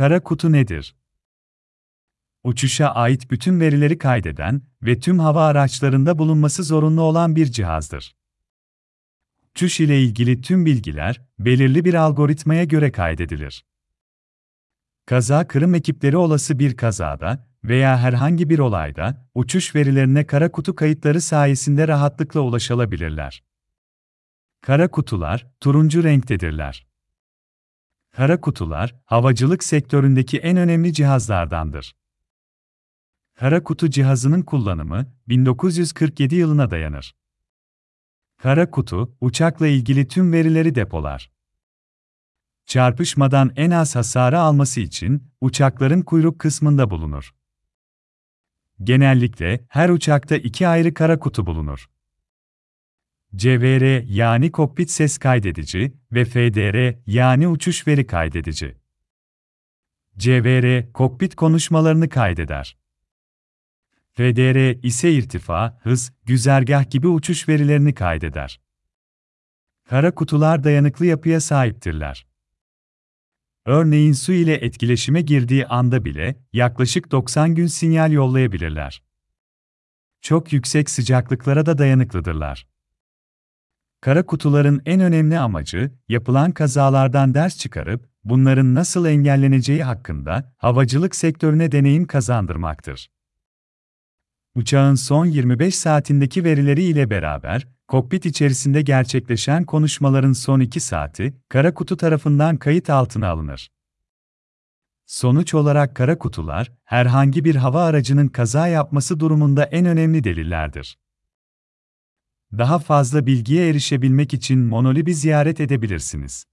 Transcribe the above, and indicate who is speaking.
Speaker 1: Kara kutu nedir? Uçuşa ait bütün verileri kaydeden ve tüm hava araçlarında bulunması zorunlu olan bir cihazdır. Uçuş ile ilgili tüm bilgiler, belirli bir algoritmaya göre kaydedilir. Kaza-kırım ekipleri olası bir kazada veya herhangi bir olayda, uçuş verilerine kara kutu kayıtları sayesinde rahatlıkla ulaşabilirler. Kara kutular, turuncu renktedirler. Kara kutular, havacılık sektöründeki en önemli cihazlardandır. Kara kutu cihazının kullanımı, 1947 yılına dayanır. Kara kutu, uçakla ilgili tüm verileri depolar. Çarpışmadan en az hasarı alması için, uçakların kuyruk kısmında bulunur. Genellikle, her uçakta iki ayrı kara kutu bulunur. CVR yani kokpit ses kaydedici ve FDR yani uçuş veri kaydedici. CVR, kokpit konuşmalarını kaydeder. FDR ise irtifa, hız, güzergah gibi uçuş verilerini kaydeder. Kara kutular dayanıklı yapıya sahiptirler. Örneğin su ile etkileşime girdiği anda bile yaklaşık 90 gün sinyal yollayabilirler. Çok yüksek sıcaklıklara da dayanıklıdırlar. Kara kutuların en önemli amacı, yapılan kazalardan ders çıkarıp, bunların nasıl engelleneceği hakkında havacılık sektörüne deneyim kazandırmaktır. Uçağın son 25 saatindeki verileri ile beraber, kokpit içerisinde gerçekleşen konuşmaların son 2 saati, kara kutu tarafından kayıt altına alınır. Sonuç olarak kara kutular, herhangi bir hava aracının kaza yapması durumunda en önemli delillerdir. Daha fazla bilgiye erişebilmek için Monolib'i ziyaret edebilirsiniz.